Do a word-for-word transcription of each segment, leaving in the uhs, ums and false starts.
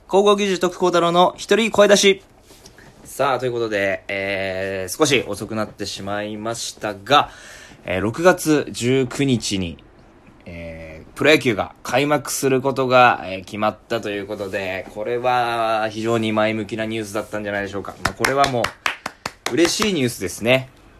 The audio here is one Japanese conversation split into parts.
高校球児徳光太郎の一人声出し。さあ、ということで、えー、少し遅くなってしまいましたが、えー、ろくがつじゅうくにちに、えー、プロ野球が開幕することが、えー、決まったということで、これは非常に前向きなニュースだったんじゃないでしょうか。まあ、これはもう、嬉しいニュースですね。うん。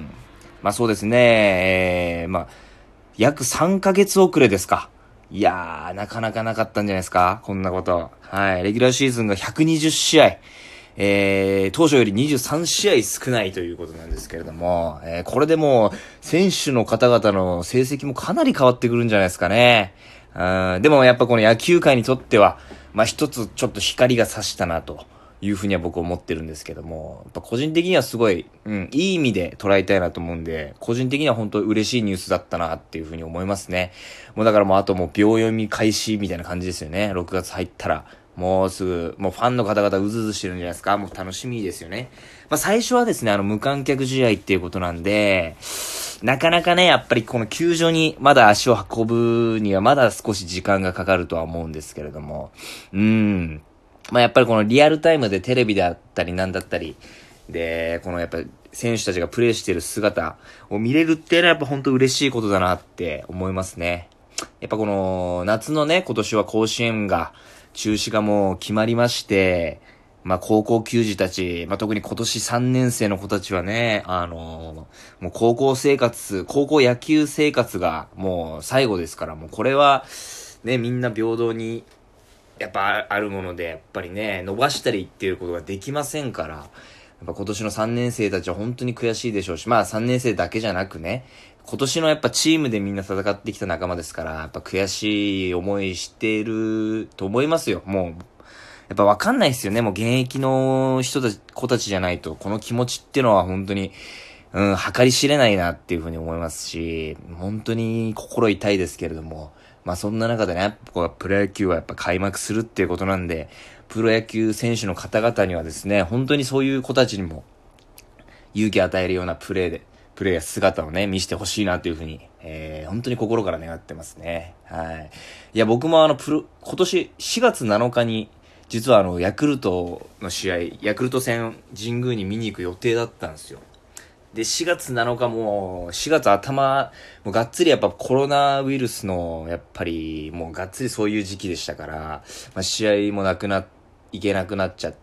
まあそうですね、えー、まあ、約さんかげつ遅れですか。いやー、なかなかなかったんじゃないですか、こんなこと。はい。レギュラーシーズンがひゃくにじゅっしあい。えー、当初よりにじゅうさんしあい少ないということなんですけれども、えー、これでもう、選手の方々の成績もかなり変わってくるんじゃないですかね。うん、でもやっぱこの野球界にとっては、まあ一つちょっと光が差したなというふうには僕は思ってるんですけども、やっぱ個人的にはすごい、うん、いい意味で捉えたいなと思うんで、個人的には本当嬉しいニュースだったなっていうふうに思いますね。もうだからもうあともう秒読み開始みたいな感じですよね。ろくがつ入ったら。もうすぐ、もうファンの方々うずうずしてるんじゃないですか。もう楽しみですよね。まあ最初はですね、あの無観客試合っていうことなんで、なかなかね、やっぱりこの球場にまだ足を運ぶにはまだ少し時間がかかるとは思うんですけれども、うーん。まあやっぱりこのリアルタイムでテレビであったりなんだったり、で、このやっぱり選手たちがプレーしてる姿を見れるっていうのはやっぱ本当嬉しいことだなって思いますね。やっぱこの夏のね、今年は甲子園が、中止がもう決まりまして、まあ高校球児たち、まあ特に今年さんねんせいの子たちはね、あのー、もう高校生活、高校野球生活がもう最後ですから、もうこれはね、みんな平等にやっぱあるもので、やっぱりね、伸ばしたりっていうことができませんから、やっぱ今年のさんねんせいたちは本当に悔しいでしょうし、まあさんねんせいだけじゃなくね、今年のやっぱチームでみんな戦ってきた仲間ですから、やっぱ悔しい思いしていると思いますよ。もう、やっぱわかんないですよね。もう現役の人たち、子たちじゃないと、この気持ちっていうのは本当に、うん、計り知れないなっていうふうに思いますし、本当に心痛いですけれども、まあそんな中でね、やっぱこうプロ野球はやっぱ開幕するっていうことなんで、プロ野球選手の方々にはですね、本当にそういう子たちにも勇気を与えるようなプレーで、プレーや姿をね、見せてほしいなというふうに、えー、本当に心から願ってますね。はい。いや、僕もあの、プロ、今年しがつなのかに、実はあの、ヤクルトの試合、ヤクルト戦、神宮に見に行く予定だったんですよ。で、しがつなのかもう、しがつ頭、もうがっつりやっぱコロナウイルスの、やっぱり、もうがっつりそういう時期でしたから、まあ、試合もなくな、いけなくなっちゃって、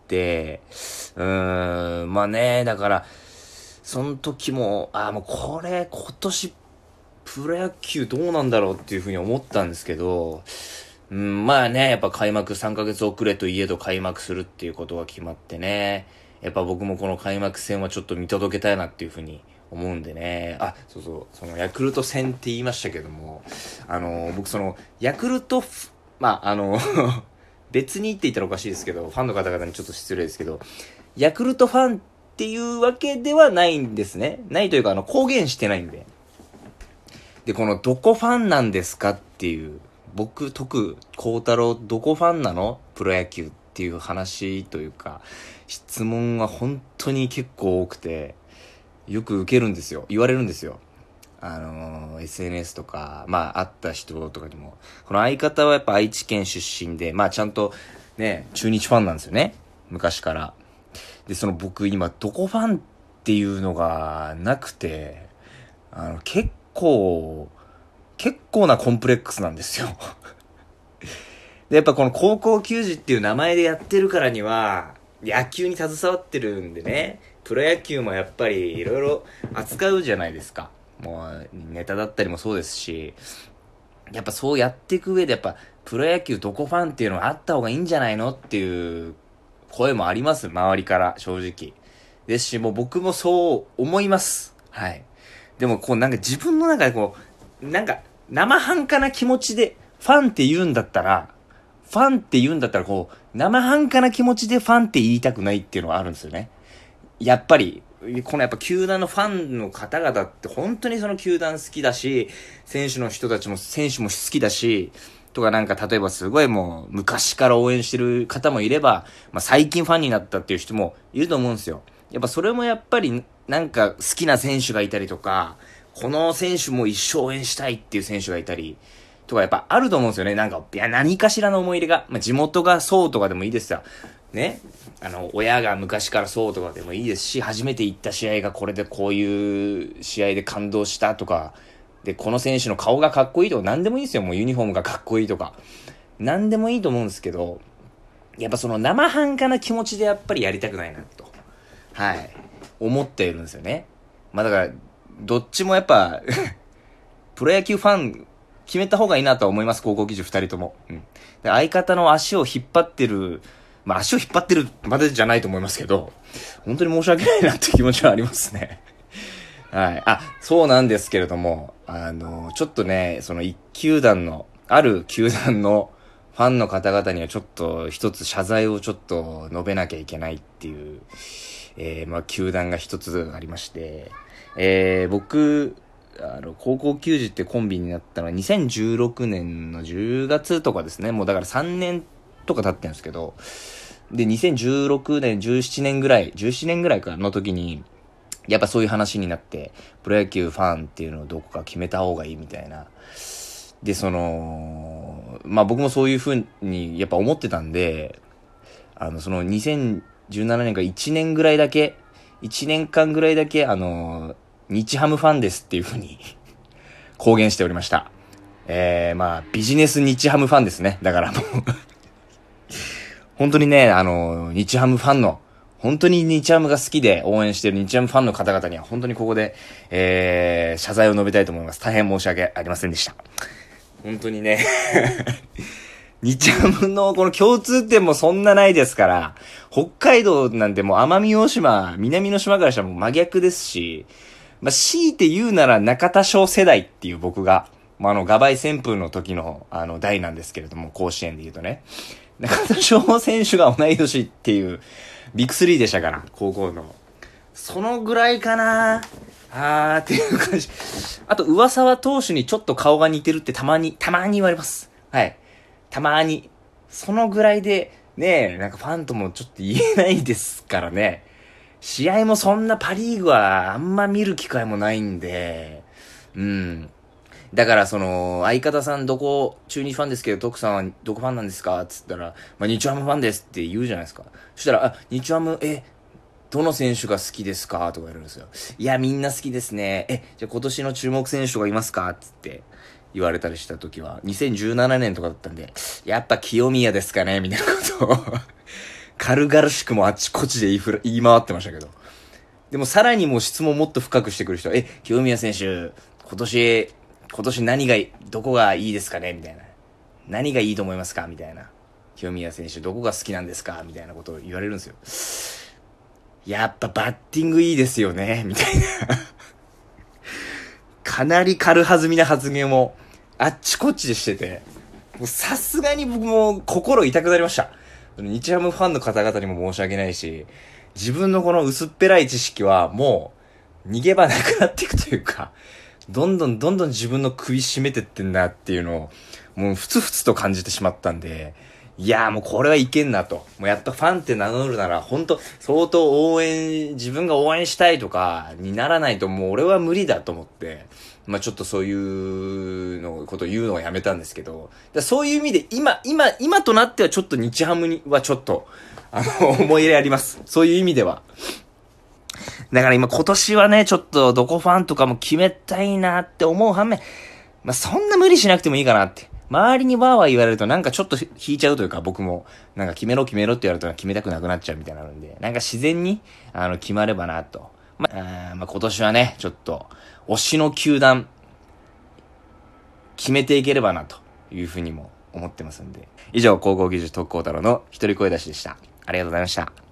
うーん、まあね、だから、その時も、ああ、もうこれ、今年、プロ野球どうなんだろうっていうふうに思ったんですけど、うん、まあね、やっぱ開幕さんかげつ遅れといえど開幕するっていうことが決まってね、やっぱ僕もこの開幕戦はちょっと見届けたいなっていうふうに思うんでね、あ、そうそう、そのヤクルト戦って言いましたけども、あの、僕その、ヤクルト、まあ、あの、別にって言ったらおかしいですけど、ファンの方々にちょっと失礼ですけど、ヤクルトファンっていうわけではないんですね。ないというか、あの、公言してないんで。で、この、どこファンなんですかっていう、僕、徳光太郎、どこファンなのプロ野球っていう話というか、質問は本当に結構多くて、よく受けるんですよ。言われるんですよ。あのー、エスエヌエス とか、まあ、会った人とかにも。この相方はやっぱ愛知県出身で、まあ、ちゃんと、ね、中日ファンなんですよね。昔から。で、その僕今、どこファンっていうのがなくて、あの、結構、結構なコンプレックスなんですよ。で、やっぱこの高校球児っていう名前でやってるからには、野球に携わってるんでね、プロ野球もやっぱりいろいろ扱うじゃないですか。もう、ネタだったりもそうですし、やっぱそうやっていく上でやっぱ、プロ野球どこファンっていうのはあった方がいいんじゃないのっていう声もあります、周りから正直。ですし、もう僕もそう思います。はい。でもこうなんか自分の中でこう、なんか生半可な気持ちでファンって言うんだったら、ファンって言うんだったらこう、生半可な気持ちでファンって言いたくないっていうのはあるんですよね。やっぱり、このやっぱ球団のファンの方々って本当にその球団好きだし、選手の人たちも選手も好きだし、とかなんか例えばすごいもう昔から応援してる方もいれば、まあ最近ファンになったっていう人もいると思うんですよ。やっぱそれもやっぱりなんか好きな選手がいたりとか、この選手も一生応援したいっていう選手がいたり、 とかやっぱあると思うんですよね。なんか、いや、何かしらの思い入れが。まあ、地元がそうとかでもいいですよ。ね。あの、親が昔からそうとかでもいいですし、初めて行った試合がこれでこういう試合で感動したとか、で、この選手の顔がかっこいいとか、何でもいいですよ。もうユニフォームがかっこいいとか。何でもいいと思うんですけど、やっぱその生半可な気持ちでやっぱりやりたくないなと。はい。思っているんですよね。まあだから、どっちもやっぱ、プロ野球ファン、決めた方がいいなとは思います、高校球児二人とも。うん。で相方の足を引っ張ってる、まあ足を引っ張ってるまでじゃないと思いますけど、本当に申し訳ないなって気持ちはありますね。はい。あ、そうなんですけれども、あの、ちょっとね、その一球団の、ある球団のファンの方々にはちょっと一つ謝罪をちょっと述べなきゃいけないっていう、えー、まあ球団が一つありまして、えー、僕、あの、高校球児ってコンビになったのはにせんじゅうろくねんのじゅうがつとかですね。もうだからさんねんとか経ってるんですけど、で、にせんじゅうろくねん、じゅうななねんぐらい、じゅうななねんぐらいかの時に、やっぱそういう話になって、プロ野球ファンっていうのをどこか決めた方がいいみたいな。で、その、まあ僕もそういう風にやっぱ思ってたんで、あの、そのにせんじゅうななねんからいちねんぐらいだけ、いちねんかんぐらいだけ、あの、日ハムファンですっていう風に公言しておりました。えー、まあ、ビジネス日ハムファンですね。だからもう本当にね、あの、日ハムファンの、本当に日ハムが好きで応援している日ハムファンの方々には本当にここで、えー、謝罪を述べたいと思います。大変申し訳ありませんでした。本当にね日ハムのこの共通点もそんなないですから、北海道なんてもう奄美大島、南の島からしたらもう真逆ですし、まあ、強いて言うなら中田翔世代っていう僕が、まあ、あの、ガバイ旋風の時の、あの、代なんですけれども、甲子園で言うとね。中田翔選手が同い年っていう、ビッグスリーでしたから、高校の。そのぐらいかなあーっていう感じ。あと、上沢投手にちょっと顔が似てるってたまに、たまに言われます。はい。たまに。そのぐらいで、ねえ、なんかファンともちょっと言えないですからね。試合もそんなパリーグはあんま見る機会もないんで、うん。だからその、相方さんどこ、中日ファンですけど、徳さんはどこファンなんですかつったら、まあ、日ハムファンですって言うじゃないですか。そしたら、あ、日ハム、え、どの選手が好きですかとか言われるんですよ。いや、みんな好きですね。え、じゃあ今年の注目選手とかいますかつって言われたりした時は、にせんじゅうななねんとかだったんで、やっぱ清宮ですかねみたいなことを軽々しくもあっちこっちで言いふら言い回ってましたけど。でもさらにもう質問もっと深くしてくる人は、え、清宮選手、今年、今年何が、どこがいいですかねみたいな。何がいいと思いますかみたいな。清宮選手、どこが好きなんですかみたいなことを言われるんですよ。やっぱバッティングいいですよねみたいな。かなり軽はずみな発言をあっちこっちでしてて、もうさすがに僕も心痛くなりました。日ハムファンの方々にも申し訳ないし、自分のこの薄っぺらい知識はもう逃げ場なくなっていくというか、どんどんどんどん自分の首絞めてってんなっていうのを、もうふつふつと感じてしまったんで、いやーもうこれはいけんなと。もうやっぱファンって名乗るなら、ほんと相当応援、自分が応援したいとかにならないともう俺は無理だと思って、まあちょっとそういうのことを言うのはやめたんですけど、そういう意味で今、今、今となってはちょっと日ハムにはちょっと、あの、思い入れあります。そういう意味では。だから今今年はね、ちょっとどこファンとかも決めたいなって思う反面、まあそんな無理しなくてもいいかなって。周りにワーワー言われるとなんかちょっと引いちゃうというか、僕もなんか決めろ決めろって言われると決めたくなくなっちゃうみたいなので、なんか自然にあの決まればなと。まあ、まあ今年はね、ちょっと推しの球団決めていければなというふうにも思ってますんで。以上、高校技術特攻太郎の一人声出しでした。ありがとうございました。